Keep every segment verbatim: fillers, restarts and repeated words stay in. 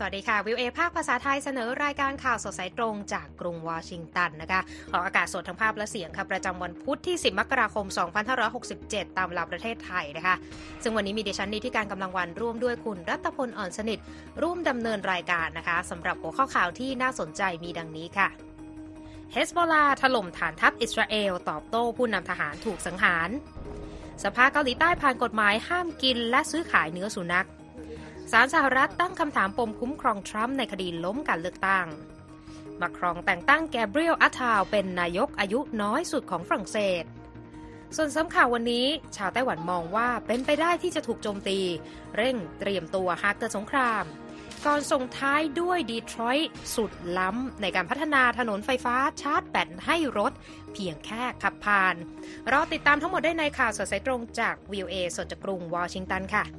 วัสดีค่ะวิวเอภาคภาษาไทยเสนอรายการข่าวสดสายตรงจากกรุงวอชิงตันนะคะออกอากาศสดทั้งภาพและเสียงค่ะประจำวันพุธที่สิบมกราคมสองพันห้าร้อยหกสิบเจ็ดตามเวลาประเทศไทยนะคะซึ่งวันนี้มีดิฉันนิติการกำลังวันร่วมด้วยคุณรัตพลอ่อนสนิทร่วมดำเนินรายการนะคะสำหรับหัวข้อข่าวที่น่าสนใจมีดังนี้ค่ะเฮซบอลลาถล่มฐานทัพอิสราเอลตอบโต้ผู้นำทหารถูกสังหารสภาเกาหลีใต้ผ่านกฎหมายห้ามกินและซื้อขายเนื้อสุนัขศาลสหรัฐตั้งคำถามปมคุ้มครองทรัมป์ในคดีล้มการเลือกตั้งมาครองแต่งตั้งแกเบรียล อัตทาวเป็นนายกอายุน้อยสุดของฝรั่งเศสส่วนสำข่าววันนี้ชาวไต้หวันมองว่าเป็นไปได้ที่จะถูกโจมตีเร่งเตรียมตัวหากเกิดสงครามก่อนส่งท้ายด้วยดีทรอยต์สุดล้ำในการพัฒนาถนนไฟฟ้าชาร์จแบตให้รถเพียงแค่ขับผ่านรอติดตามทั้งหมดได้ในข่าวสดสายตรงจาก วี โอ เอ สดจากกรุงวอชิงตันค่ะ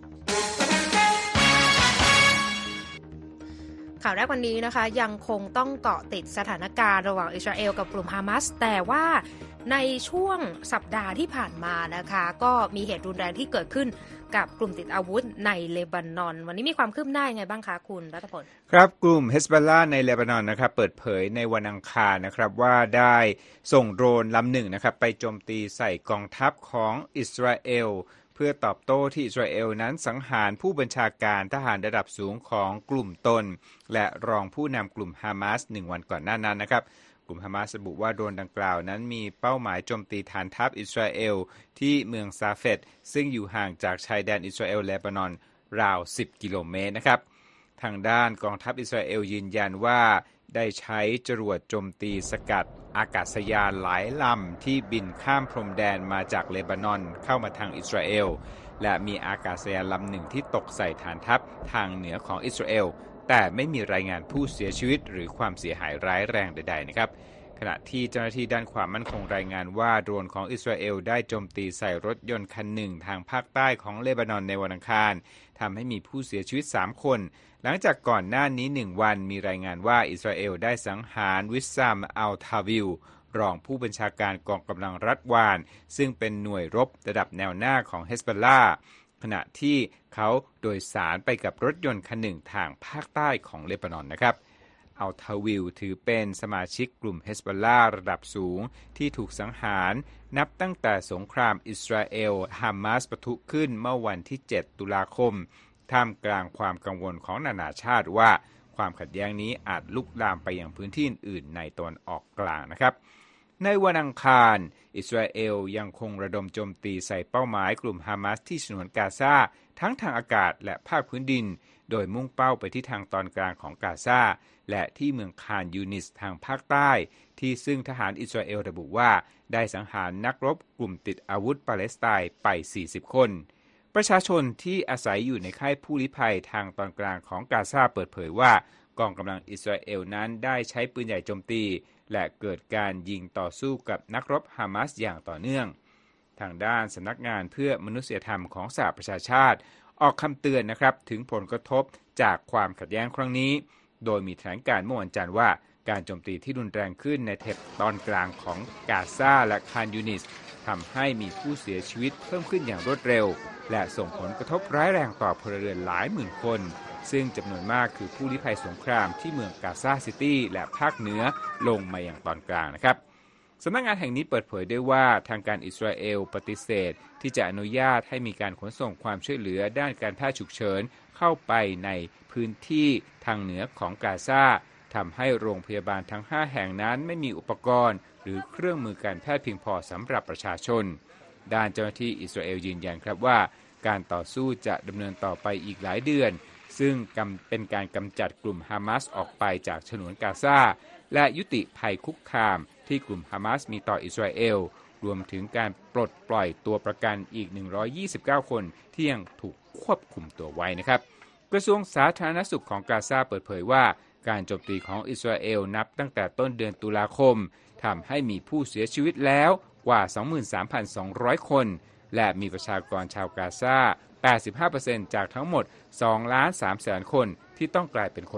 ข่าวแรกวันนี้นะคะยังคงต้องเกาะติดสถานการณ์ระหว่างอิสราเอลกับกลุ่มฮามาสแต่ว่าในช่วงสัปดาห์ที่ผ่านมานะคะก็มีเหตุรุนแรงที่เกิดขึ้นกับกลุ่มติดอาวุธในเลบานอนวันนี้มีความคืบหน้ายังไงบ้างคะคุณรัตพลครับกลุ่มเฮซบอลลาในเลบานอนนะครับเปิดเผยในวันอังคารนะครับว่าได้ส่งโดรนลำหนึ่งนะครับไปโจมตีใส่กองทัพของอิสราเอลเพื่อตอบโต้ที่อิสราเอลนั้นสังหารผู้บัญชาการทหารระดับสูงของกลุ่มตนและรองผู้นำกลุ่มฮามาสหนึ่งวันก่อนหน้านั้นนะครับกลุ่มฮามาสระบุว่าโดรนดังกล่าวนั้นมีเป้าหมายโจมตีฐานทัพอิสราเอลที่เมืองซาเฟตซึ่งอยู่ห่างจากชายแดนอิสราเอลและเลบานอนราวสิบกิโลเมตรนะครับทางด้านกองทัพอิสราเอลยืนยันว่าได้ใช้จรวดโจมตีสกัดอากาศยานหลายลำที่บินข้ามพรมแดนมาจากเลบานอนเข้ามาทางอิสราเอลและมีอากาศยานลำหนึ่งที่ตกใส่ฐานทัพทางเหนือของอิสราเอลแต่ไม่มีรายงานผู้เสียชีวิตหรือความเสียหายร้ายแรงใดๆนะครับขณะที่เจ้าหน้าที่ด้านความมั่นคงรายงานว่าโดรนของอิสราเอลได้โจมตีใส่รถยนต์คันหนึ่งทางภาคใต้ของเลบานอนในวันอังคารทำให้มีผู้เสียชีวิตสามคนหลังจากก่อนหน้านี้หนึ่งวันมีรายงานว่าอิสราเอลได้สังหารวิสซามอัลทาวิลรองผู้บัญชาการกองกำลังรัฐวานซึ่งเป็นหน่วยรบระดับแนวหน้าของเฮซบอลลาขณะที่เขาโดยสารไปกับรถยนต์คันหนึ่งทางภาคใต้ของเลบานอนนะครับอัลทาวิลถือเป็นสมาชิกกลุ่มเฮซบอลลาระดับสูงที่ถูกสังหารนับตั้งแต่สงครามอิสราเอลฮามาสปะทุขึ้นเมื่อวันที่เจ็ดตุลาคมท่ามกลางความกังวลของนานาชาติว่าความขัดแย้งนี้อาจลุกลามไปยังพื้นที่อื่นๆในตะวันออกกลางนะครับในวันอังคารอิสราเอลยังคงระดมโจมตีใส่เป้าหมายกลุ่มฮามาสที่ฉนวนกาซาทั้งทางอากาศและภาคพื้นดินโดยมุ่งเป้าไปที่ทางตอนกลางของกาซาและที่เมืองคานยูนิสทางภาคใต้ที่ซึ่งทหารอิสราเอลระบุว่าได้สังหารนักรบกลุ่มติดอาวุธปาเลสไตน์ไปสี่สิบคนประชาชนที่อาศัยอยู่ในค่ายผู้ลี้ภัยทางตอนกลางของกาซาเปิดเผยว่ากองกำลังอิสราเอลนั้นได้ใช้ปืนใหญ่โจมตีและเกิดการยิงต่อสู้กับนักรบฮามาสอย่างต่อเนื่องทางด้านสำนักงานเพื่อมนุษยธรรมของสหประชาชาติออกคำเตือนนะครับถึงผลกระทบจากความขัดแย้งครั้งนี้โดยมีแถลงการณ์เมื่อวันจันทร์ว่าการโจมตีที่รุนแรงขึ้นในแถบตอนกลางของกาซาและคานยูนิสทำให้มีผู้เสียชีวิตเพิ่มขึ้นอย่างรวดเร็วและส่งผลกระทบร้ายแรงต่อพลเรือนหลายหมื่นคนซึ่งจำนวนมากคือผู้ลี้ภัยสงครามที่เมืองกาซาซิตี้และภาคเหนือลงมาอย่างตอนกลางนะครับสำนักงานแห่งนี้เปิดเผยได้ว่าทางการอิสราเอลปฏิเสธที่จะอนุญาตให้มีการขนส่งความช่วยเหลือด้านการแพทย์ฉุกเฉินเข้าไปในพื้นที่ทางเหนือของกาซาทำให้โรงพยาบาลทั้งห้าแห่งนั้นไม่มีอุปกรณ์หรือเครื่องมือการแพทย์เพียงพอสำหรับประชาชนด้านเจ้าหน้าที่อิสราเอลยืนยันครับว่าการต่อสู้จะดำเนินต่อไปอีกหลายเดือนซึ่งเป็นการกำจัดกลุ่มฮามาสออกไปจากฉนวนกาซาและยุติภัยคุกคามที่กลุ่มฮามาสมีต่ออิสราเอลรวมถึงการปลดปล่อยตัวประกันอีกหนึ่งร้อยยี่สิบเก้าคนที่ยังถูกควบคุมตัวไว้นะครับกระทรวงสาธารณสุขของกาซาเปิดเผยว่าการโจมตีของอิสราเอลนับตั้งแต่ต้นเดือนตุลาคมทำให้มีผู้เสียชีวิตแล้วกว่า สองหมื่นสามพันสองร้อย คนและมีประชากรชาวกาซา แปดสิบห้าเปอร์เซ็นต์ จากทั้งหมด สองล้านสามแสน คนที่ต้องกลายเป็นคน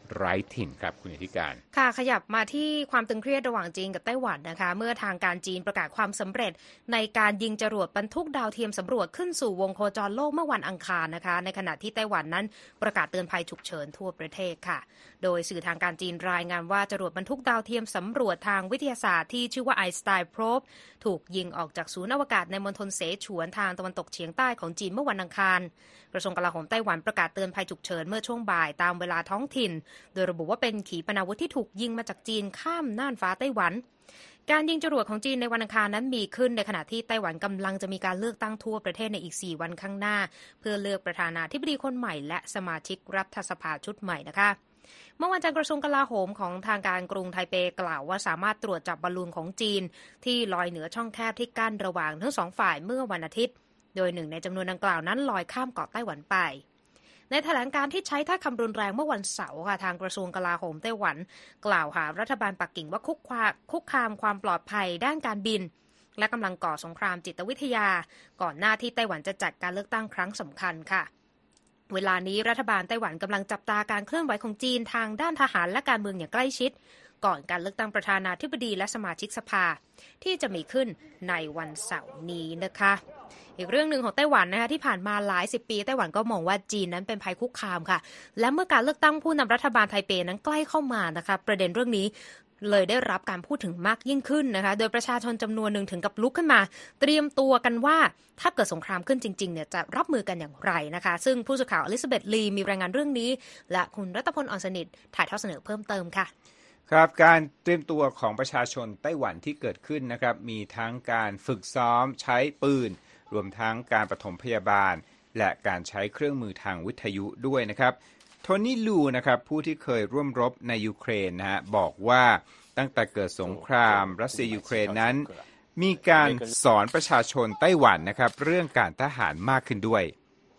ไร้ถิ่นครับคุณอธิการค่ะขยับมาที่ความตึงเครียดระหว่างจีนกับไต้หวันนะคะเมื่อทางการจีนประกาศความสำเร็จในการยิงจรวดบรรทุกดาวเทียมสำรวจขึ้นสู่วงโคจรโลกเมื่อวันอังคารนะคะในขณะที่ไต้หวันนั้นประกาศเตือนภัยฉุกเฉินทั่วประเทศค่ะโดยสื่อทางการจีนรายงานว่าจรวดบรรทุกดาวเทียมสำรวจทางวิทยาศาสตร์ที่ชื่อว่า Einstein Probe ถูกยิงออกจากศูนย์อวกาศในมณฑลเสฉวนทางตะวันตกเฉียงใต้ของจีนเมื่อวันอังคารกระทรวงกลาโหมไต้หวันประกาศเตือนภัยฉุกเฉินเมื่อช่วงบ่ายตามเวลาท้องถิ่นโดยระบุว่าเป็นขีปนาวุธที่ถูกยิงมาจากจีนข้ามน่านฟ้าไต้หวันการยิงจรวดของจีนในวันอังคารนั้นมีขึ้นในขณะที่ไต้หวันกำลังจะมีการเลือกตั้งทั่วประเทศในอีกสี่วันข้างหน้าเพื่อเลือกประธานาธิบดีคนใหม่และสมาชิกรัฐสภาชุดใหม่นะคะเมื่อวันจันทร์กระทรวงกลาโหมของทางการกรุงไทเปกล่าวว่าสามารถตรวจจับบอลลูนของจีนที่ลอยเหนือช่องแคบที่กั้นระหว่างทั้งสองฝ่ายเมื่อวันอาทิตย์โดยหนึ่งในจำนวนดังกล่าวนั้นลอยข้ามเกาะไต้หวันไปในแถลงการที่ใช้ถ้อยคำรุนแรงเมื่อวันเสาร์ค่ะทางกระทรวงกลาโหมไต้หวันกล่าวหารัฐบาลปักกิ่งว่าคุกคาคุกคามความปลอดภัยด้านการบินและกำลังก่อสงครามจิตวิทยาก่อนหน้าที่ไต้หวันจะจัดการเลือกตั้งครั้งสำคัญค่ะเวลานี้รัฐบาลไต้หวันกำลังจับตาการเคลื่อนไหวของจีนทางด้านทหารและการเมืองอย่างใกล้ชิดก่อนการเลือกตั้งประธานาธิบดีและสมาชิกสภาที่จะมีขึ้นในวันเสาร์นี้นะคะอีกเรื่องหนึ่งของไต้หวันนะคะที่ผ่านมาหลายสิบปีไต้หวันก็มองว่าจีนนั้นเป็นภัยคุกคามค่ะและเมื่อการเลือกตั้งผู้นำรัฐบาลไทเปนั้นใกล้เข้ามานะคะประเด็นเรื่องนี้เลยได้รับการพูดถึงมากยิ่งขึ้นนะคะโดยประชาชนจำนวนหนึ่งถึงกับลุกขึ้นมาเตรียมตัวกันว่าถ้าเกิดสงครามขึ้นจริงๆเนี่ยจะรับมือกันอย่างไรนะคะซึ่งผู้สื่อข่าวอลิซาเบธลีมีรายงานเรื่องนี้และคุณรัตพลอ่อนสนิทถ่ายทอดเสนอเพิ่มเติมค่ะครับการเตรียมตัวของประชาชนไต้หวันที่เกิดขึ้นนะครับมีทั้งการฝึกซ้อมใช้ปืนรวมทั้งการปฐมพยาบาลและการใช้เครื่องมือทางวิทยุด้วยนะครับโทนี่ลูนะครับผู้ที่เคยร่วมรบในยูเครนนะฮะบอกว่าตั้งแต่เกิดสงครามรัสเซียยูเครนนั้นมีการสอนประชาชนไต้หวันนะครับเรื่องการทหารมากขึ้นด้วย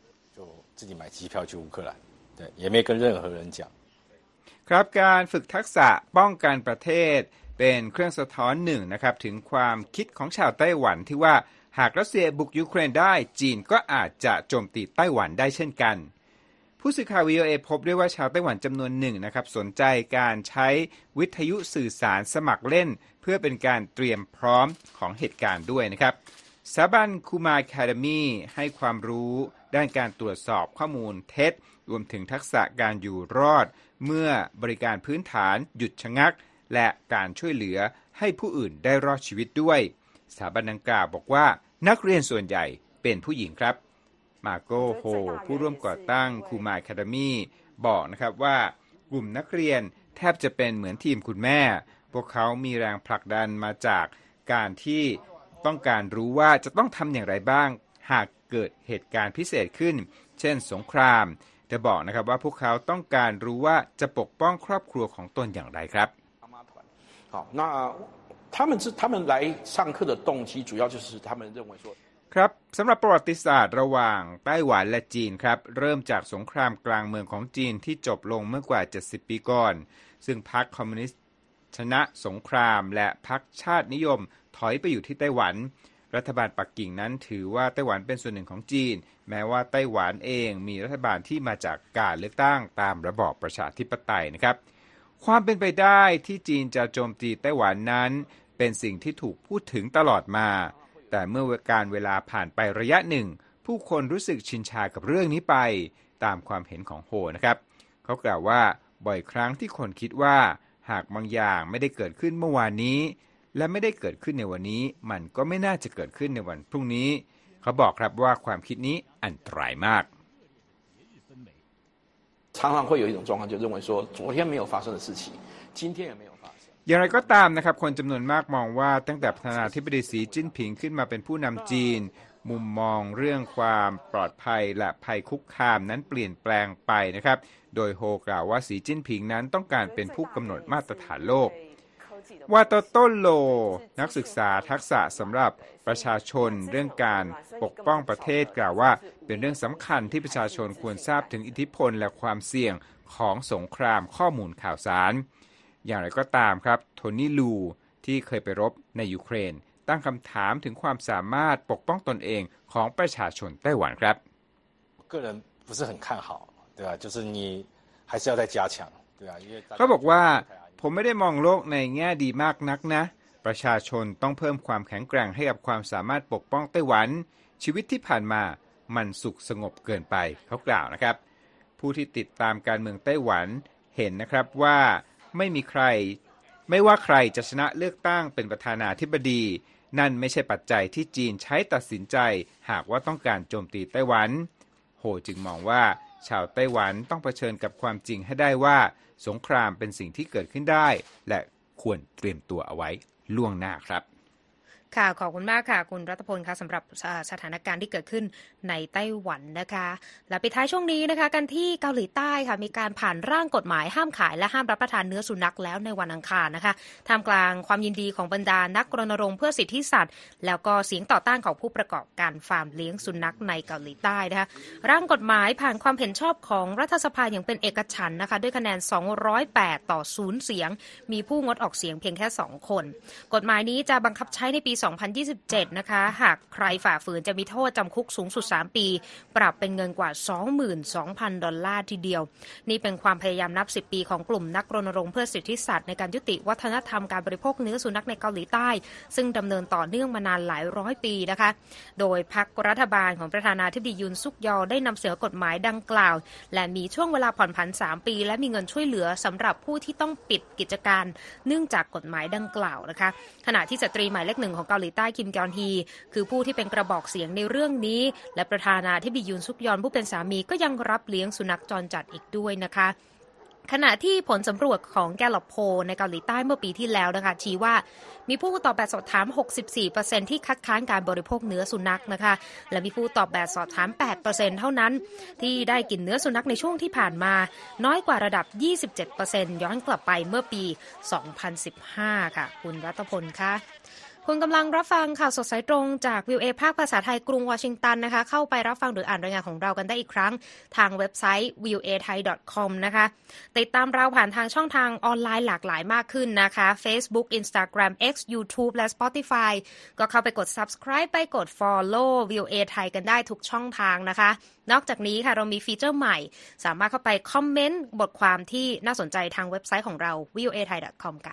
ครับการฝึกทักษะป้องกันประเทศเป็นเครื่องสะท้อนหนึ่งนะครับถึงความคิดของชาวไต้หวันที่ว่าหากรัสเซียบุกยูเครนได้จีนก็อาจจะโจมตีไต้หวันได้เช่นกันผู้สื่อข่าว วี โอ เอ พบด้วยว่าชาวไต้หวันจำนวนหนึ่งนะครับสนใจการใช้วิทยุสื่อสารสมัครเล่นเพื่อเป็นการเตรียมพร้อมของเหตุการณ์ด้วยนะครับสถาบันคูมาแคดมีให้ความรู้ด้านการตรวจสอบข้อมูลเท็จรวมถึงทักษะการอยู่รอดเมื่อบริการพื้นฐานหยุดชะงักและการช่วยเหลือให้ผู้อื่นได้รอดชีวิตด้วยสถาบันดังกล่าวบอกว่านักเรียนส่วนใหญ่เป็นผู้หญิงครับมาโกโฮผู้ร่วมก่อตั้งคูมาแคดมีบอกนะครับว่ากลุ่มนักเรียนแทบจะเป็นเหมือนทีมคุณแม่พวกเขามีแรงผลักดันมาจากการที่ต้องการรู้ว่าจะต้องทำอย่างไรบ้างหากเกิดเหตุการณ์พิเศษขึ้นเช่นสงครามแต่บอกนะครับว่าพวกเขาต้องการรู้ว่าจะปกป้องครอบครัวของตนอย่างไรครับ他们是他们来上课的动机主要就是他们认为说ครับสำหรับประวัติศาสตร์ระหว่างไต้หวันและจีนครับเริ่มจากสงครามกลางเมืองของจีนที่จบลงเมื่อกว่าเจ็ดสิบปีก่อนซึ่งพรรคคอมมิวนิสต์ชนะสงครามและพรรคชาตินิยมถอยไปอยู่ที่ไต้หวันรัฐบาลปักกิ่งนั้นถือว่าไต้หวันเป็นส่วนหนึ่งของจีนแม้ว่าไต้หวันเองมีรัฐบาลที่มาจากการเลือกตั้งตามระบอบประชาธิปไตยนะครับความเป็นไปได้ที่จีนจะโจมตีไต้หวันนั้นเป็นสิ่งที่ถูกพูดถึงตลอดมาแต่เมื่อการเวลาผ่านไประยะหนึ่งผู้คนรู้สึกชินชากับเรื่องนี้ไปตามความเห็นของโฮนะครับเขากล่าวว่าบ่อยครั้งที่คนคิดว่าหากบางอย่างไม่ได้เกิดขึ้นเมื่อวานนี้และไม่ได้เกิดขึ้นในวันนี้มันก็ไม่น่าจะเกิดขึ้นในวันพรุ่งนี้เขาบอกครับว่าความคิดนี้อันตรายมาก常常会有一种状况就认为说昨天没有发生的事情今天也没有อย่างไรก็ตามนะครับคนจำนวนมากมองว่าตั้งแต่ประธานาธิบดีสีจิ้นผิงขึ้นมาเป็นผู้นำจีนมุมมองเรื่องความปลอดภัยและภัยคุกคามนั้นเปลี่ยนแปลงไปนะครับโดยโฮกล่าวว่าสีจิ้นผิงนั้นต้องการเป็นผู้กำหนดมาตรฐานโลกวาโตโต้โลนักศึกษาทักษะสำหรับประชาชนเรื่องการปกป้องประเทศกล่าวว่าเป็นเรื่องสำคัญที่ประชาชนควรทราบถึงอิทธิพลและความเสี่ยงของสงครามข้อมูลข่าวสารอย่างไรก็ตามครับโทนี่ลูที่เคยไปรบในยูเครนตั้งคำถามถึงความสามารถปกป้องตนเองของประชาชนไต้หวันครับ个人不是很看好对吧就是你还是要再加强เขาบอกว่าผมไม่ได้มองโลกในแง่ดีมากนักนะประชาชนต้องเพิ่มความแข็งแกร่งให้กับความสามารถปกป้องไต้หวันชีวิตที่ผ่านมามันสุขสงบเกินไปเขากล่าวนะครับผู้ที่ติดตามการเมืองไต้หวันเห็นนะครับว่าไม่มีใครไม่ว่าใครจะชนะเลือกตั้งเป็นประธานาธิบดีนั่นไม่ใช่ปัจจัยที่จีนใช้ตัดสินใจหากว่าต้องการโจมตีไต้หวันโฮจึงมองว่าชาวไต้หวันต้องเผชิญกับความจริงให้ได้ว่าสงครามเป็นสิ่งที่เกิดขึ้นได้และควรเตรียมตัวเอาไว้ล่วงหน้าครับค่ะขอบคุณมากค่ะคุณรัตพลค่ะสำหรับสถานการณ์ที่เกิดขึ้นในไต้หวันนะคะและปิดท้ายช่วงนี้นะคะกันที่เกาหลีใต้ค่ะมีการผ่านร่างกฎหมายห้ามขายและห้ามรับประทานเนื้อสุนัขแล้วในวันอังคารนะคะท่ามกลางความยินดีของบรรดานักรณรงค์เพื่อสิทธิสัตว์แล้วก็เสียงต่อต้านของผู้ประกอบการฟาร์มเลี้ยงสุนัขในเกาหลีใต้นะคะร่างกฎหมายผ่านความเห็นชอบของรัฐสภาอย่างเป็นเอกฉันท์นะคะด้วยคะแนนสองร้อยแปดต่อศูนย์เสียงมีผู้งดออกเสียงเพียงแค่สองคนกฎหมายนี้จะบังคับใช้ในปีสองพันยี่สิบเจ็ดนะคะหากใครฝ่าฝืนจะมีโทษจำคุกสูงสุดสามปีปรับเป็นเงินกว่า สองหมื่นสองพัน ดอลลาร์ทีเดียวนี่เป็นความพยายามนับสิบปีของกลุ่มนักรณรงค์เพื่อสิทธิสัตว์ในการยุติวัฒนธรรมการบริโภคเนื้อสุนัขในเกาหลีใต้ซึ่งดำเนินต่อเนื่องมานานหลายร้อยปีนะคะโดยพรรครัฐบาลของประธานาธิบดียุนซุกยอได้นำเสนอกฎหมายดังกล่าวและมีช่วงเวลาผ่อนผันสามปีและมีเงินช่วยเหลือสำหรับผู้ที่ต้องปิดกิจการเนื่องจากกฎหมายดังกล่าวนะคะขณะที่สตรีหมายเลขหนึ่งของเกาหลีใต้คิมกยอนฮีคือผู้ที่เป็นกระบอกเสียงในเรื่องนี้และประธานาธิบดียุนซุกยอนผู้เป็นสามีก็ยังรับเลี้ยงสุนัขจรจัดอีกด้วยนะคะขณะที่ผลสำรวจของแกลลอปโพลในเกาหลีใต้เมื่อปีที่แล้วนะคะชี้ว่ามีผู้ตอบแบบสอบถาม หกสิบสี่เปอร์เซ็นต์ ที่คัดค้านการบริโภคเนื้อสุนัขนะคะและมีผู้ตอบแบบสอบถาม แปดเปอร์เซ็นต์ เท่านั้นที่ได้กินเนื้อสุนัขในช่วงที่ผ่านมาน้อยกว่าระดับ ยี่สิบเจ็ดเปอร์เซ็นต์ ย้อนกลับไปเมื่อปี สองพันสิบห้า ค่ะคุณรัตพลค่ะคุณกำลังรับฟังข่าวสดสายตรงจาก วี โอ เอ ภาคภาษาไทยกรุงวอชิงตันนะคะเข้าไปรับฟังหรืออ่านรายงานของเรากันได้อีกครั้งทางเว็บไซต์ วี โอ เอ ไทย ดอท คอม นะคะติดตามเราผ่านทางช่องทางออนไลน์หลากหลายมากขึ้นนะคะ Facebook Instagram X YouTube และ Spotify ก็เข้าไปกด Subscribe ไปกด Follow วี โอ เอ ไทยกันได้ทุกช่องทางนะคะนอกจากนี้ค่ะเรามีฟีเจอร์ใหม่สามารถเข้าไปคอมเมนต์บทความที่น่าสนใจทางเว็บไซต์ของเรา วี โอ เอ ไทย ดอท คอม ค่ะ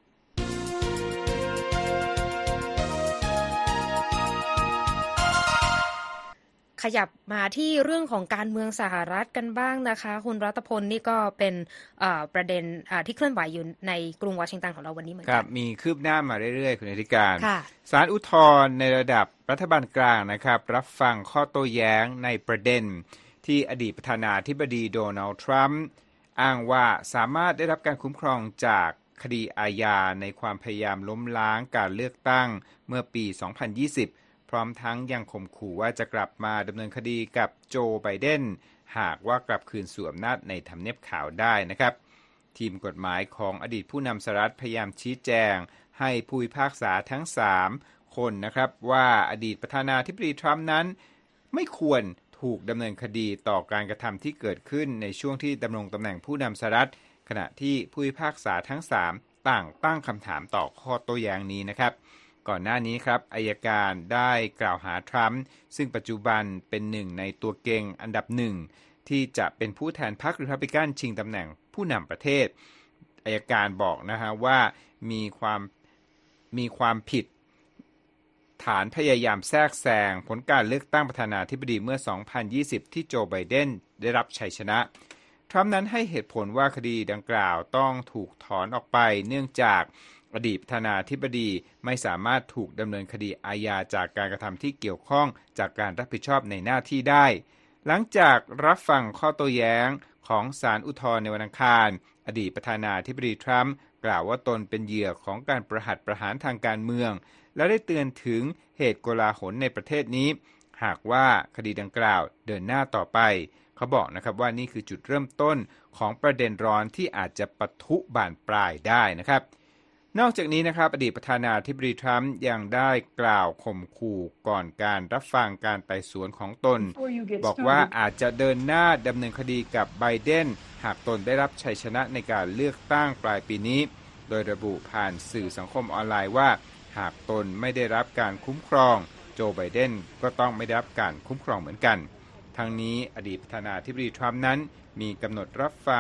ขยับมาที่เรื่องของการเมืองสหรัฐกันบ้างนะคะคุณรัตพลนี่ก็เป็นประเด็นที่เคลื่อนไหวอยู่ในกรุงวอชิงตันของเราวันนี้เหมือนกันครับมีคืบหน้ามาเรื่อยๆคุณอธิการศาลอุทธรณ์ในระดับรัฐบาลกลางนะครับรับฟังข้อโต้แย้งในประเด็นที่อดีตประธานาธิบดีโดนัลด์ทรัมป์อ้างว่าสามารถได้รับการคุ้มครองจากคดีอาญาในความพยายามล้มล้างการเลือกตั้งเมื่อปีสองพันยี่สิบพร้อมทั้งยังข่มขู่ว่าจะกลับมาดำเนินคดีกับโจไบเดนหากว่ากลับคืนสู่อำนาจในทำเนียบขาวได้นะครับทีมกฎหมายของอดีตผู้นำสหรัฐพยายามชี้แจงให้ผู้พิพากษาทั้งสามคนนะครับว่าอดีตประธานาธิบดีทรัมป์นั้นไม่ควรถูกดำเนินคดีต่อการกระทำที่เกิดขึ้นในช่วงที่ดำรงตำแหน่งผู้นำสหรัฐขณะที่ผู้พิพากษาทั้งสามต่างตั้งคำถามต่อข้อโต้แย้งนี้นะครับก่อนหน้านี้ครับอัยการได้กล่าวหาทรัมป์ซึ่งปัจจุบันเป็นหนึ่งในตัวเก่งอันดับหนึ่งที่จะเป็นผู้แทนพรรครีพับลิกันชิงตำแหน่งผู้นำประเทศอัยการบอกนะฮะว่ามีความมีความผิดฐานพยายามแทรกแซงผลการเลือกตั้งประธานาธิบดีเมื่อสองพันยี่สิบที่โจไบเดนได้รับชัยชนะทรัมป์นั้นให้เหตุผลว่าคดีดังกล่าวต้องถูกถอนออกไปเนื่องจากอดีตประธานาธิบดีไม่สามารถถูกดำเนินคดีอาญาจากการกระทำที่เกี่ยวข้องจากการรับผิดชอบในหน้าที่ได้หลังจากรับฟังข้อโต้แย้งของศาลอุทธรณ์ในวันอังคารอดีตประธานาธิบดีทรัมป์กล่าวว่าตนเป็นเหยื่อของการประหัตประหารทางการเมืองและได้เตือนถึงเหตุโกลาหลในประเทศนี้หากว่าคดีดังกล่าวเดินหน้าต่อไปเขาบอกนะครับว่านี่คือจุดเริ่มต้นของประเด็นร้อนที่อาจจะปะทุบานปลายได้นะครับนอกจากนี้นะครับอดีตประธานาธิบดีทรัมป์ยังได้กล่าวข่มขู่ก่อนการรับฟังการไต่สวนของตนบอกว่าอาจจะเดินหน้าดำเนินคดีกับไบเดนหากตนได้รับชัยชนะในการเลือกตั้งปลายปีนี้โดยระบุผ่านสื่อสังคมออนไลน์ว่าหากตนไม่ได้รับการคุ้มครองโจไบเดนก็ต้องไม่ได้รับการคุ้มครองเหมือนกันทั้งนี้อดีตประธานาธิบดีทรัมป์นั้นมีกำหนดรับฟัง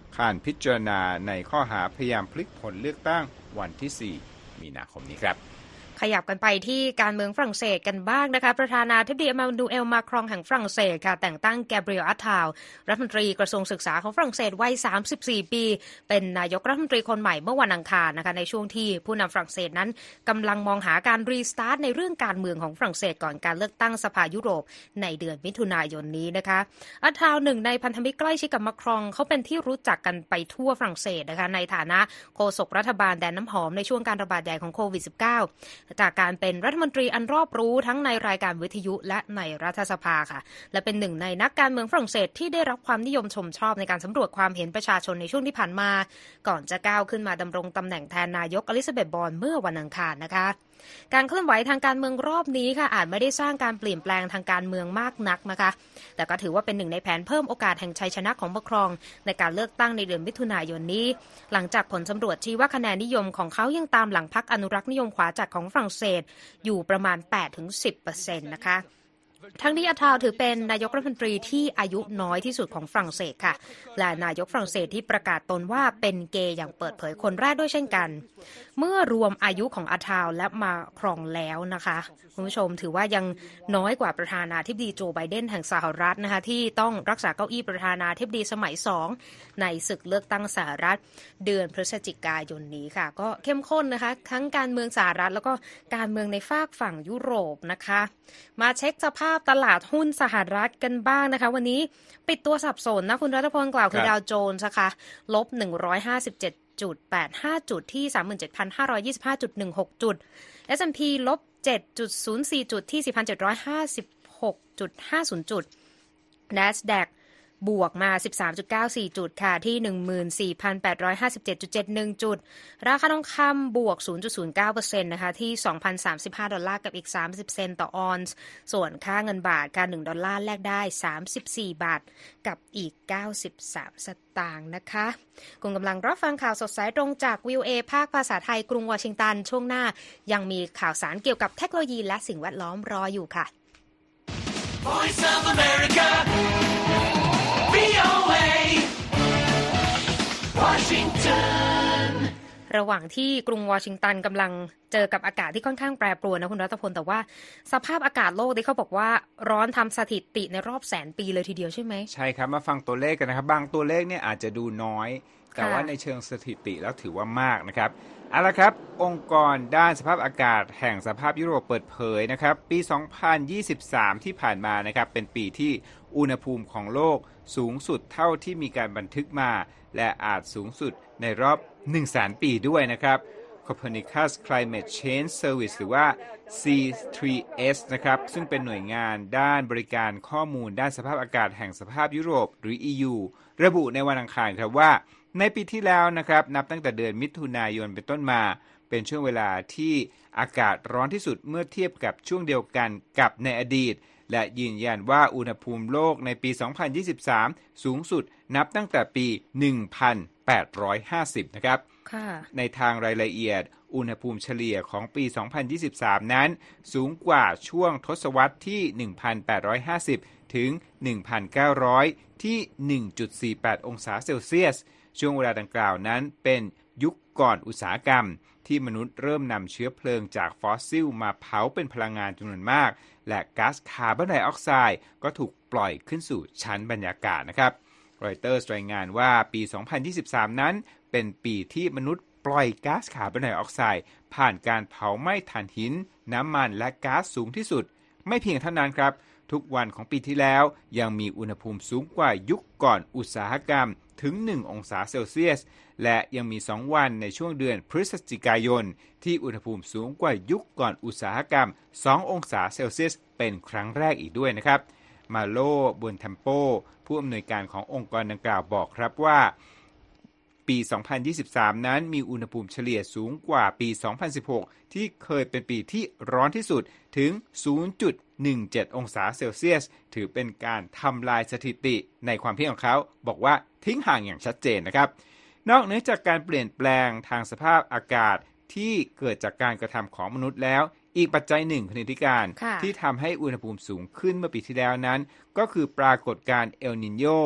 การพิจารณาในข้อหาพยายามพลิกผลเลือกตั้งวันที่สี่มีนาคมนี้ครับขยับกันไปที่การเมืองฝรั่งเศสกันบ้างนะคะประธานาธิบดีเอมานูเอลมาครองแห่งฝรั่งเศสค่ะแต่งตั้งแกเบรียล อัตทาวรัฐมนตรีกระทรวงศึกษาของฝรั่งเศสวัยสามสิบสี่ปีเป็นนายกรัฐมนตรีคนใหม่เมื่อวันอังคารนะคะในช่วงที่ผู้นำฝรั่งเศสนั้นกำลังมองหาการรีสตาร์ทในเรื่องการเมืองของฝรั่งเศสก่อนการเลือกตั้งสภายุโรปในเดือนมิถุนายนนี้นะคะอัตทาวหนึ่งในพันธมิตรใกล้ชิดกับมาครองเขาเป็นที่รู้จักกันไปทั่วฝรั่งเศสนะคะในฐานะโฆษกรัฐบาลแดนน้ำหอมในช่วงการระบาดใหญ่ของโควิด สิบเก้า จากการเป็นรัฐมนตรีอันรอบรู้ทั้งในรายการวิทยุและในรัฐสภาค่ะและเป็นหนึ่งในนักการเมืองฝรั่งเศสที่ได้รับความนิยมชมชอบในการสำรวจความเห็นประชาชนในช่วงที่ผ่านมาก่อนจะก้าวขึ้นมาดำรงตำแหน่งแทนนายกอลิซาเบธบอร์นเมื่อวันอังคารนะคะการเคลื่อนไหวทางการเมืองรอบนี้ค่ะอาจไม่ได้สร้างการเปลี่ยนแปลงทางการเมืองมากนักนะคะแต่ก็ถือว่าเป็นหนึ่งในแผนเพิ่มโอกาสแห่งชัยชนะของมาครองในการเลือกตั้งในเดือนมิถุนายนนี้หลังจากผลสำรวจชี้ว่าคะแนนนิยมของเขายังตามหลังพรรคอนุรักษ์นิยมขวาจัดของฝรั่งเศสอยู่ประมาณ แปดถึงสิบเปอร์เซ็นต์ นะคะทั้งนี้อัตทาวถือเป็นนายกรัฐมนตรีที่อายุน้อยที่สุดของฝรั่งเศสค่ะและนายกฝรั่งเศสที่ประกาศตนว่าเป็นเกย์อย่างเปิดเผยคนแรกด้วยเช่นกันเมื่อรวมอายุของอัตทาวและมาครองแล้วนะคะคุณผู้ชมถือว่ายังน้อยกว่าประธานาธิบดีโจไบเดนแห่งสหรัฐนะคะที่ต้องรักษาเก้าอี้ประธานาธิบดีสมัยสองในศึกเลือกตั้งสหรัฐเดือนพฤศจิกายนนี้ค่ะก็เข้มข้นนะคะทั้งการเมืองสหรัฐแล้วก็การเมืองในฝากฝั่งยุโรปนะคะมาเช็คสภาพตลาดหุ้นสหรัฐกันบ้างนะคะวันนี้ปิดตัวสับสนนะคุณรัฐพลกล่าวคือดาวโจนส์นะคะลบหนึ่งร้อยห้าสิบเจ็ดจุดแปดห้า จุดที่ สามหมื่นเจ็ดพันห้าร้อยยี่สิบห้าจุดหนึ่งหก จุด เอส แอนด์ พี ลบ เจ็ดจุดศูนย์สี่ จุดที่ สี่พันเจ็ดร้อยห้าสิบหกจุดห้าศูนย์ จุด NASDAQ บวกมา สิบสามจุดเก้าสี่ จุดค่ะที่ หนึ่งหมื่นสี่พันแปดร้อยห้าสิบเจ็ดจุดเจ็ดหนึ่ง จุดราคาทองคำบวก ศูนย์จุดศูนย์เก้าเปอร์เซ็นต์ นะคะที่ สองพันสามสิบห้า ดอลลาร์กับอีกสามสิบเซนต์ต่อออนซ์ส่วนค่าเงินบาทค่ะหนึ่งดอลลาร์แลกได้สามสิบสี่บาทกับอีกเก้าสิบสามสตางค์นะคะคุณกำลังรับฟังข่าวสดสายตรงจาก วี โอ เอ ภาคภาษาไทยกรุงวอชิงตันช่วงหน้ายังมีข่าวสารเกี่ยวกับเทคโนโลยีและสิ่งแวดล้อมรออยู่ค่ะ Voice of America วี โอ เอ Washington ระหว่างที่กรุงวอชิงตันกำลังเจอกับอากาศที่ค่อนข้างแปรปรวนนะคุณรัตพลแต่ว่าสภาพอากาศโลกที่เขาบอกว่าร้อนทำสถิติในรอบแสนปีเลยทีเดียวใช่ไหมใช่ครับมาฟังตัวเลขกันนะครับบางตัวเลขเนี่ยอาจจะดูน้อยแต่ว่าในเชิงสถิติแล้วถือว่ามากนะครับเอาละครับองค์กรด้านสภาพอากาศแห่งสภาพยุโรปเปิดเผยนะครับปีสองพันยี่สิบสามที่ผ่านมานะครับเป็นปีที่อุณหภูมิของโลกสูงสุดเท่าที่มีการบันทึกมาและอาจสูงสุดในรอบ หนึ่งแสน ปีด้วยนะครับ Copernicus Climate Change Service หรือว่า ซี ทรี เอส นะครับซึ่งเป็นหน่วยงานด้านบริการข้อมูลด้านสภาพอากาศแห่งสภาพยุโรปหรือ อี ยู ระบุในวันอังคารครับว่าในปีที่แล้วนะครับนับตั้งแต่เดือนมิถุนายนเป็นต้นมาเป็นช่วงเวลาที่อากาศร้อนที่สุดเมื่อเทียบกับช่วงเดียวกันกับในอดีตและยืนยันว่าอุณหภูมิโลกในปีสองพันยี่สิบสามสูงสุดนับตั้งแต่ปี หนึ่งพันแปดร้อยห้าสิบ นะครับในทางรายละเอียดอุณหภูมิเฉลี่ยของปีสองพันยี่สิบสามนั้นสูงกว่าช่วงทศวรรษที่ หนึ่งพันแปดร้อยห้าสิบ ถึง หนึ่งพันเก้าร้อย ที่ หนึ่งจุดสี่แปด องศาเซลเซียสช่วงเวลาดังกล่าวนั้นเป็นยุคก่อนอุตสาหกรรมที่มนุษย์เริ่มนำเชื้อเพลิงจากฟอสซิลมาเผาเป็นพลังงานจำนวนมากและก๊าซคาร์บอนไดออกไซด์ก็ถูกปล่อยขึ้นสู่ชั้นบรรยากาศนะครับรอยเตอร์รายงานว่าปีสองพันยี่สิบสามนั้นเป็นปีที่มนุษย์ปล่อยก๊าซคาร์บอนไดออกไซด์ผ่านการเผาไหม้ถ่านหินน้ำมันและก๊าซสูงที่สุดไม่เพียงเท่านั้นครับทุกวันของปีที่แล้วยังมีอุณหภูมิสูงกว่ายุคก่อนอุตสาหกรรมถึงหนึ่งองศาเซลเซียสและยังมีสองวันในช่วงเดือนพฤศจิกายนที่อุณหภูมิสูงกว่ายุคก่อนอุตสาหกรรมสององศาเซลเซียสเป็นครั้งแรกอีกด้วยนะครับมาโลบุนทัมโปผู้อำนวยการขององค์กรดังกล่าวบอกครับว่าปีสองพันยี่สิบสามนั้นมีอุณหภูมิเฉลี่ยสูงกว่าปีสองพันสิบหกที่เคยเป็นปีที่ร้อนที่สุดถึง ศูนย์จุดหนึ่งเจ็ด องศาเซลเซียสถือเป็นการทำลายสถิติในความคิดของเขาบอกว่าทิ้งห่างอย่างชัดเจนนะครับนอกเหนือจากการเปลี่ยนแปลงทางสภาพอากาศที่เกิดจากการกระทำของมนุษย์แล้วอีกปัจจัยหนึ่งคุณนิติการที่ทำให้อุณหภูมิสูงขึ้นเมื่อปีที่แล้วนั้นก็คือปรากฏการณ์เอลนิโญ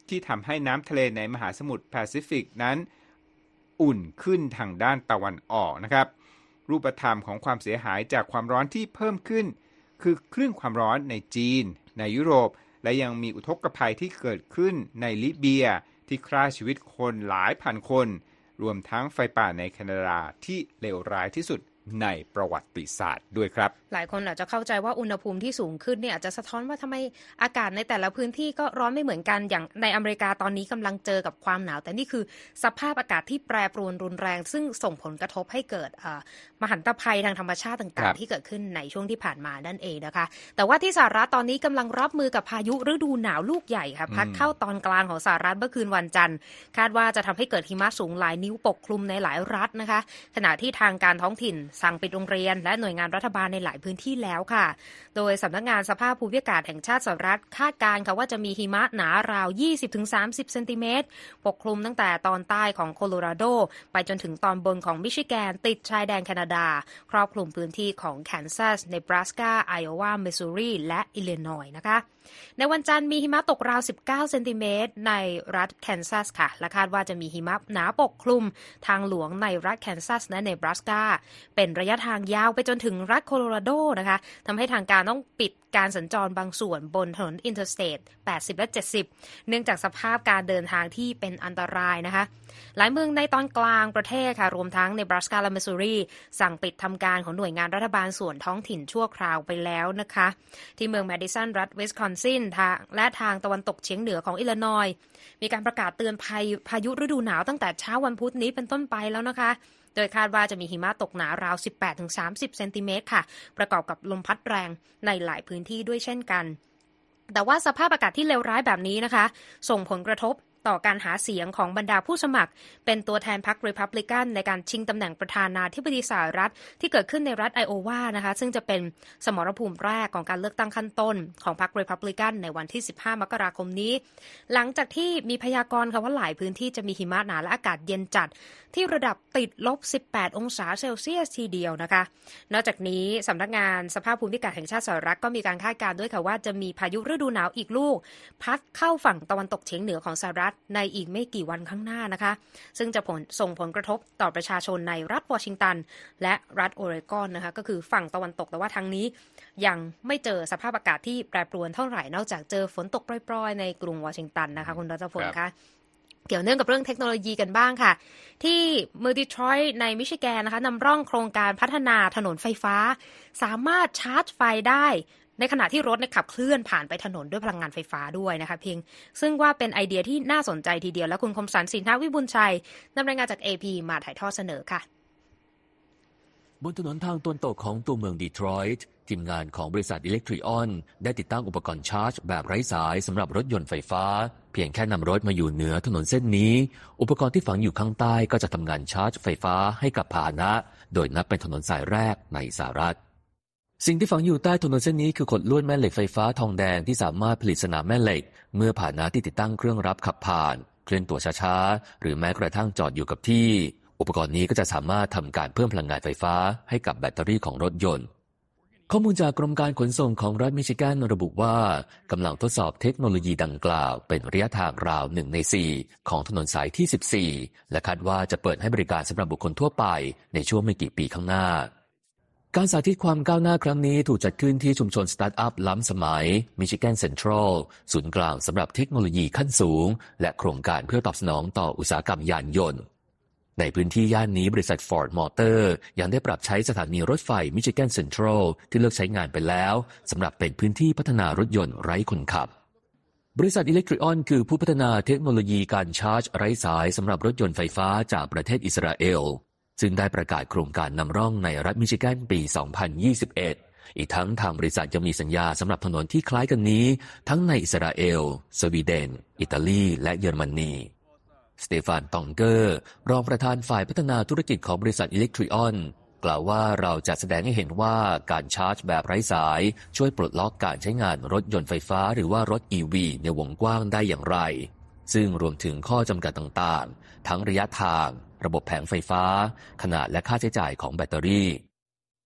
ที่ทำให้น้ำทะเลในมหาสมุทรแปซิฟิกนั้นอุ่นขึ้นทางด้านตะวันออกนะครับรูปธรรมของความเสียหายจากความร้อนที่เพิ่มขึ้นคือคลื่นความร้อนในจีนในยุโรปและยังมีอุทกภัยที่เกิดขึ้นในลิเบียที่ฆ่าชีวิตคนหลายพันคนรวมทั้งไฟป่าในแคนาดาที่เลวร้ายที่สุดในประวัติศาสตร์ด้วยครับหลายคนอาจจะเข้าใจว่าอุณหภูมิที่สูงขึ้นเนี่ยอาจจะสะท้อนว่าทำไมอากาศในแต่ละพื้นที่ก็ร้อนไม่เหมือนกันอย่างในอเมริกาตอนนี้กำลังเจอกับความหนาวแต่นี่คือสภาพอากาศที่แปรปรวนรุนแรงซึ่งส่งผลกระทบให้เกิดมหันตภัยทางธรรมชาติต่างๆที่เกิดขึ้นในช่วงที่ผ่านมานั่นเองนะคะแต่ว่าที่สหรัฐตอนนี้กำลังรับมือกับพายุฤดูหนาวลูกใหญ่ค่ะพัดเข้าตอนกลางของสหรัฐเมื่อคืนวันจันทร์คาดว่าจะทำให้เกิดหิมะสูงหลายนิ้วปกคลุมในหลายรัฐนะคะขณะที่ทางการท้องถิ่นสั่งปิดโรงเรียนและหน่วยงานรัฐบาลในหลายพื้นที่แล้วค่ะโดยสำนักงานสภาพภูมิอากาศแห่งชาติสหรัฐคาดการณ์ค่ะว่าจะมีหิมะหนาราว ยี่สิบถึงสามสิบ เซนติเมตรปกคลุมตั้งแต่ตอนใต้ของโคโลราโดไปจนถึงตอนบนของมิชิแกนติดชายแดนแคนาดาครอบคลุมพื้นที่ของแคนซัสเนบราสกาไอโอวามิสซูรีและอิลลินอยส์นะคะในวันจันทร์มีหิมะตกราวสิบเก้าเซนติเมตรในรัฐแคนซัสค่ะและคาดว่าจะมีหิมะหนาปกคลุมทางหลวงในรัฐแคนซัสและเนบราสกาเป็นระยะทางยาวไปจนถึงรัฐโคโลราโดนะคะทำให้ทางการต้องปิดการสัญจรบางส่วนบนถนนอินเตอร์สเตทแปดสิบและเจ็ดสิบเนื่องจากสภาพการเดินทางที่เป็นอันตรายนะคะหลายเมืองในตอนกลางประเทศค่ะรวมทั้งเนบราสกาและมิสซูรีสั่งปิดทำการของหน่วยงานรัฐบาลส่วนท้องถิ่นชั่วคราวไปแล้วนะคะที่เมืองแมดิสันรัฐวิสคอนซินทางและทางตะวันตกเฉียงเหนือของอิลลินอยส์มีการประกาศเตือนภัยพายุฤดูหนาวตั้งแต่เช้าวันพุธนี้เป็นต้นไปแล้วนะคะโดยคาดว่าจะมีหิมะตกหนาราว สิบแปดถึงสามสิบ เซนติเมตรค่ะประกอบกับลมพัดแรงในหลายพื้นที่ด้วยเช่นกันแต่ว่าสภาพอากาศที่เลวร้ายแบบนี้นะคะส่งผลกระทบต่อการหาเสียงของบรรดาผู้สมัครเป็นตัวแทนพรรครีพับลิกันในการชิงตำแหน่งประธานาธิบดีสหรัฐที่เกิดขึ้นในรัฐไอโอวานะคะซึ่งจะเป็นสมรภูมิแรกของการเลือกตั้งขั้นต้นของพรรครีพับลิกันในวันที่สิบห้ามกราคมนี้หลังจากที่มีพยากรณ์ค่ะว่าหลายพื้นที่จะมีหิมะหนาและอากาศเย็นจัดที่ระดับติดลบสิบแปดองศาเซลเซียสทีเดียวนะคะนอกจากนี้สำนักงานสภาพภูมิอากาศแห่งชาติสหรัฐก็มีการคาดการณ์ด้วยค่ะว่าจะมีพายุฤดูหนาวอีกลูกพัดเข้าฝั่งตะวันตกเฉียงเหนือของสหรัฐในอีกไม่กี่วันข้างหน้านะคะซึ่งจะผลส่งผลกระทบต่อประชาชนในรัฐวอชิงตันและรัฐโอเรกอนนะคะก็คือฝั่งตะวันตกแต่ว่าทางนี้ยังไม่เจอสภาพอากาศที่แปรปรวนเท่าไหร่นอกจากเจอฝนตกโปรยๆในกรุงวอชิงตันนะคะคุณรัชพลคะเกี่ยวเนื่องกับเรื่องเทคโนโลยีกันบ้างค่ะที่เมืองดีทรอยต์ในมิชิแกนนะคะนำร่องโครงการพัฒนาถนนไฟฟ้าสามารถชาร์จไฟได้ในขณะที่รถขับเคลื่อนผ่านไปถนนด้วยพลังงานไฟฟ้าด้วยนะคะเพียงซึ่งว่าเป็นไอเดียที่น่าสนใจทีเดียวและคุณคมสันต์สินทวิบุญชัยนำรายงานจาก เอ พี มาถ่ายทอดเสนอค่ะบนถนนทางตะวันตกของตัวเมืองดีทรอยต์ทีมงานของบริษัทอิเล็กทริออนได้ติดตั้งอุปกรณ์ชาร์จแบบไร้สายสำหรับรถยนต์ไฟฟ้าเพียงแค่นำรถมาอยู่เหนือถนนเส้นนี้อุปกรณ์ที่ฝังอยู่ข้างใต้ก็จะทำงานชาร์จไฟฟ้าให้กับพาหนะโดยนับเป็นถนนสายแรกในสหรัฐสิ่งที่ฝังอยู่ใต้ถนนเส้นนี้คือขดลวดแม่เหล็กไฟฟ้าทองแดงที่สามารถผลิตสนามแม่เหล็กเมื่อพาหนะที่ติดตั้งเครื่องรับขับผ่านเคลื่อนตัวช้าๆหรือแม้กระทั่งจอดอยู่กับที่อุปกรณ์นี้ก็จะสามารถทำการเพิ่มพลังงานไฟฟ้าให้กับแบตเตอรี่ของรถยนต์ข้อมูลจากกรมการขนส่งของรัฐมิชิแกนระบุว่ากำลังทดสอบเทคโนโลยีดังกล่าวเป็นระยะทางราวหนึ่งในสี่ของถนนสายที่สิบสี่และคาดว่าจะเปิดให้บริการสำหรับบุคคลทั่วไปในช่วงไม่กี่ปีข้างหน้าการสาธิตความก้าวหน้าครั้งนี้ถูกจัดขึ้นที่ชุมชนสตาร์ทอัพล้ำสมัยมิชิแกนเซ็นทรัลศูนย์กลางสำหรับเทคโนโลยีขั้นสูงและโครงการเพื่อตอบสนองต่ออุตสาหกรรมยานยนต์ในพื้นที่ย่านนี้บริษัท Ford Motor ยังได้ปรับใช้สถานีรถไฟมิชิแกนเซ็นทรัลที่เลิกใช้งานไปแล้วสำหรับเป็นพื้นที่พัฒนารถยนต์ไร้คนขับบริษัทอิเล็กทริออนคือผู้พัฒนาเทคโนโลยีการชาร์จไร้สายสำหรับรถยนต์ไฟฟ้าจากประเทศอิสราเอลซึ่งได้ประกาศโครงการนำร่องในรัฐมิชิแกนปีสองพันยี่สิบเอ็ดอีกทั้งทางบริษัทยังมีสัญญาสำหรับถนนที่คล้ายกันนี้ทั้งในอิสราเอลสวีเดนอิตาลีและเยอรมนีสเตฟานตองเกอร์รองประธานฝ่ายพัฒนาธุรกิจของบริษัทอิเล็กทริออนกล่าวว่าเราจะแสดงให้เห็นว่าการชาร์จแบบไร้สายช่วยปลดล็อกการใช้งานรถยนต์ไฟฟ้าหรือว่ารถ อี วี ในวงกว้างได้อย่างไรซึ่งรวมถึงข้อจำกัดต่างๆทั้งระยะทางระบบแผงไฟฟ้าขนาดและค่าใช้จ่ายของแบตเตอรี่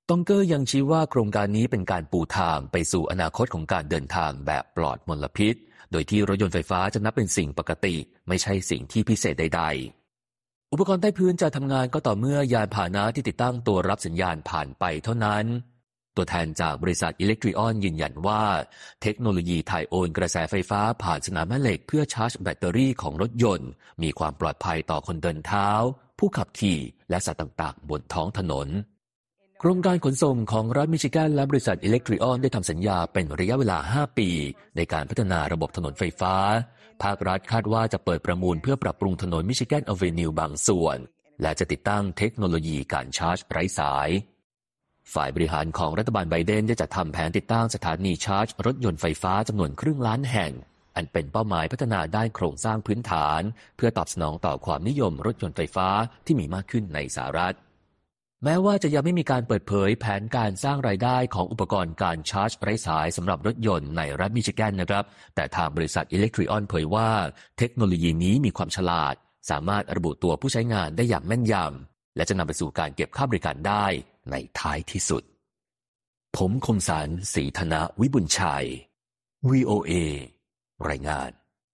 ตองเกอร์ยังชี้ว่าโครงการนี้เป็นการปูทางไปสู่อนาคตของการเดินทางแบบปลอดมลพิษโดยที่รถยนต์ไฟฟ้าจะนับเป็นสิ่งปกติไม่ใช่สิ่งที่พิเศษใดๆอุปกรณ์ใต้พื้นจะทำงานก็ต่อเมื่อยานพาหนะที่ติดตั้งตัวรับสัญญาณผ่านไปเท่านั้นตัวแทนจากบริษัทอิเล็กทริออนยืนยันว่าเทคโนโลยีถ่ายโอนกระแสไฟฟ้าผ่านสนามแม่เหล็กเพื่อชาร์จแบตเตอรี่ของรถยนต์มีความปลอดภัยต่อคนเดินเท้าผู้ขับขี่และสัตว์ต่างๆบนท้องถนนโครงการขนส่งของรัฐมิชิแกนและบริษัทอิเล็กทริออนได้ทำสัญญาเป็นระยะเวลาห้าปีในการพัฒนาระบบถนนไฟฟ้าภาครัฐคาดว่าจะเปิดประมูลเพื่อปรับปรุงถนนมิชิแกนอเวนิวบางส่วนและจะติดตั้งเทคโนโลยีการชาร์จไร้สายฝ่ายบริหารของรัฐบาลไบเดนได้จัดทำแผนติดตั้งสถานีชาร์จรถยนต์ไฟฟ้าจำนวนครึ่งล้านแห่งอันเป็นเป้าหมายพัฒนาด้านโครงสร้างพื้นฐานเพื่อตอบสนองต่อความนิยมรถยนต์ไฟฟ้าที่มีมากขึ้นในสหรัฐแม้ว่าจะยังไม่มีการเปิดเผยแผนการสร้างรายได้ของอุปกรณ์การชาร์จไร้สายสำหรับรถยนต์ในรัฐมิชิแกนนะครับแต่ทางบริษัทอิเล็กทริออนเผยว่าเทคโนโลยีนี้มีความฉลาดสามารถระบุตัวผู้ใช้งานได้อย่างแม่นยำและจะนำไปสู่การเก็บค่าบริการได้ในท้ายที่สุดผมคมสันต์ ศรีธนวิบุญชัย วี โอ เอ รายงาน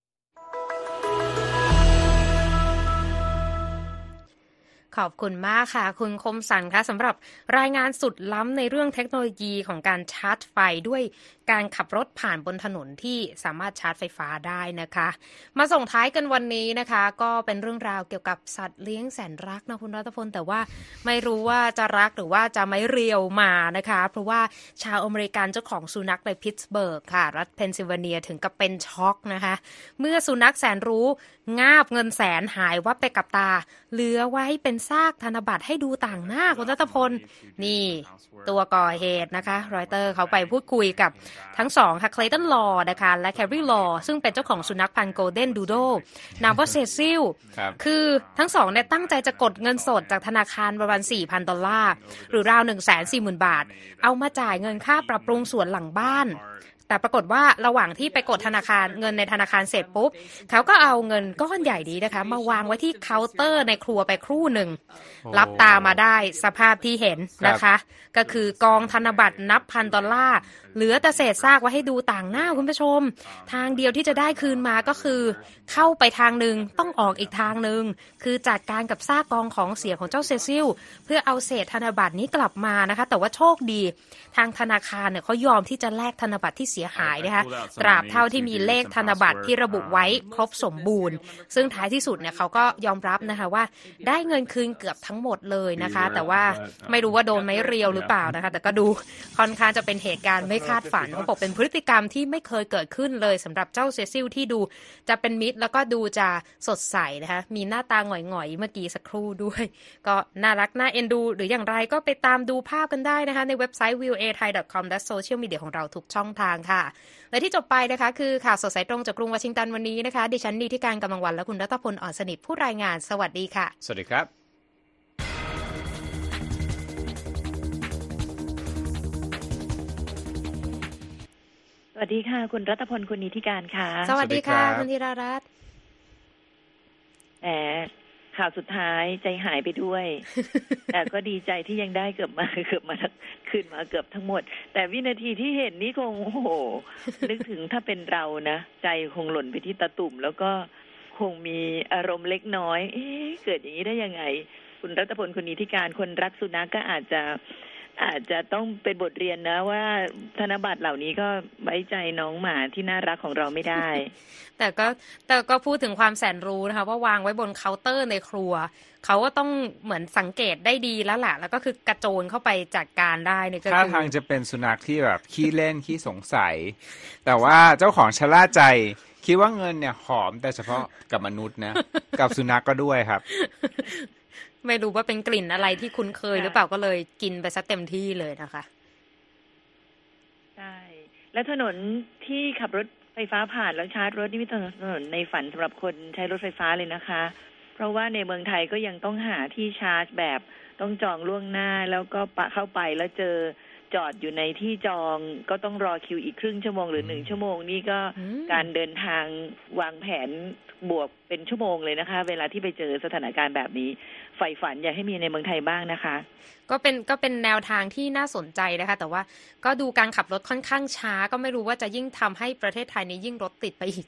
ขอบคุณมากค่ะคุณคมสันค่ะสำหรับรายงานสุดล้ำในเรื่องเทคโนโลยีของการชาร์จไฟด้วยการขับรถผ่านบนถนนที่สามารถชาร์จไฟฟ้าได้นะคะมาส่งท้ายกันวันนี้นะคะก็เป็นเรื่องราวเกี่ยวกับสัตว์เลี้ยงแสนรักนะคุณรัตพลแต่ว่าไม่รู้ว่าจะรักหรือว่าจะไม่เรียวมานะคะเพราะว่าชาวอเมริกันเจ้าของสุนัขในพิตต์สเบิร์กค่ะรัฐเพนซิลเวเนียถึงกับเป็นช็อกนะคะเมื่อสุนัขแสนรู้งาบเงินแสนหายวับไปกับตาเหลือไว้เป็นซากธนบัตรให้ดูต่างหน้าคุณรัตพลนี่ตัวก่อเหตุนะคะรอยเตอร์เขาไปพูดคุยกับทั้งสองค่ะเคลตันลอว์นะคะและแคร์รีลอว์ซึ่งเป็นเจ้าของสุนัขพันธุ์โกลเด้นดูโดนามว่าเซซิลคือทั้งสองเนี่ยตั้งใจจะกดเงินสดจากธนาคารประมาณ สี่พัน ดอลลาร์หรือราว หนึ่งแสนสี่หมื่น บาทเอามาจ่ายเงินค่าปรับปรุงสวนหลังบ้านแต่ปรากฏว่าระหว่างที่ไปกดธนาคารเงินในธนาคารเสร็จปุ๊บเขาก็เอาเงินก้อนใหญ่ดีนะคะมาวางไว้ที่เคาน์เตอร์ในครัวไปครู่หนึ่งรับตามาได้สภาพที่เห็นนะคะก็คือกองธนบัตรนับพันดอลลาร์เหลือแต่เศษซากไว้ให้ดูต่างหน้าคุณผู้ชมทางเดียวที่จะได้คืนมาก็คือเข้าไปทางนึงต้องออกอีกทางนึงคือจัดการกับซากกองของเสียของเจ้าเซซิลเพื่อเอาเศษธนบัตรนี้กลับมานะคะแต่ว่าโชคดีทางธนาคารเนี่ยเขายอมที่จะแลกธนบัตรที่เสียหายนะคะตราบเท่าที่มีเลขธนบัตรที่ระบุไว้ครบสมบูรณ์ซึ่งท้ายที่สุดเนี่ยเขาก็ยอมรับนะคะว่าได้เงินคืนเกือบทั้งหมดเลยนะคะแต่ว่าไม่รู้ว่าโดนไม้เรียวหรือเปล่านะคะแต่ก็ดูค่อนข้างจะเป็นเหตุการณ์ไม่คาดฝันเขาบอกเป็นพฤติกรรมที่ไม่เคยเกิดขึ้นเลยสำหรับเจ้าเซซิลที่ดูจะเป็นมิตรแล้วก็ดูจะสดใสนะคะมีหน้าตาหงอยๆเมื่อกี้สักครู่ด้วยก็น่ารักน่าเอ็นดูหรืออย่างไรก็ไปตามดูภาพกันได้นะคะในเว็บไซต์ วี โอ เอ ไทย ดอท คอม และโซเชียลมีเดียของเราทุกช่องทางค่ะและที่จบไปนะคะคือข่าวสดสายตรงจากกรุงวอชิงตันวันนี้นะคะดิฉันนีธิการกำลังวันและคุณรัตพลอ่อนสนิทผู้รายงานสวัสดีค่ะสวัสดีครับสวัสดีค่ะคุณรัตพลคุณนิธิการค่ะสวัสดีค่ะคุณธีรารัตน์แหมข่าวสุดท้ายใจหายไปด้วย แต่ก็ดีใจที่ยังได้เกือบมาเกือบมาขึ้นมาเกือบทั้งหมดแต่วินาทีที่เห็นนี่คงโอ้โห นึกถึงถ้าเป็นเรานะใจคงหล่นไปที่ตาตุ่มแล้วก็คงมีอารมณ์เล็กน้อยเอ๊ะเกิดอย่างนี้ได้ยังไงคุณรัตพลคุณนิธิการคนรักสุนัข ก็อาจจะอาจจะต้องเป็นบทเรียนนะว่าธนบัตรเหล่านี้ก็ไว้ใจน้องหมาที่น่ารักของเราไม่ได้แต่ก็แต่ก็พูดถึงความแสนรู้นะคะว่าวางไว้บนเคาน์เตอร์ในครัวเขาก็ต้องเหมือนสังเกตได้ดีแล้วแหละแล้วก็คือกระโจนเข้าไปจัดการได้เนี่ยก็คือท่าทางจะเป็นสุนัขที่แบบขี้เล่นขี้สงสัยแต่ว่าเจ้าของชะล่าใจคิดว่าเงินเนี่ยหอมแต่เฉพาะกับมนุษย์นะ กับสุนัข ก, ก็ด้วยครับไม่รู้ว่าเป็นกลิ่นอะไรที่คุ้นเคยหรือเปล่าก็เลยกินไปซะเต็มที่เลยนะคะใช่และถนนที่ขับรถไฟฟ้าผ่านแล้วชาร์จรถนี่เป็นถนนในฝันสำหรับคนใช้รถไฟฟ้าเลยนะคะเพราะว่าในเมืองไทยก็ยังต้องหาที่ชาร์จแบบต้องจองล่วงหน้าแล้วก็ปะเข้าไปแล้วเจอจอดอยู่ในที่จองก็ต้องรอคิวอีกครึ่งชั่วโมงหรือหนึ่งชั่วโมงนี่ก็การเดินทางวางแผนบวกเป็นชั่วโมงเลยนะคะเวลาที่ไปเจอสถานการณ์แบบนี้ใฝ่ฝันอยากให้มีในเมืองไทยบ้างนะคะก็เป็นก็เป็นแนวทางที่น่าสนใจนะคะแต่ว่าก็ดูการขับรถค่อนข้างช้าก็ไม่รู้ว่าจะยิ่งทำให้ประเทศไทยนี้ยิ่งรถติดไปอีก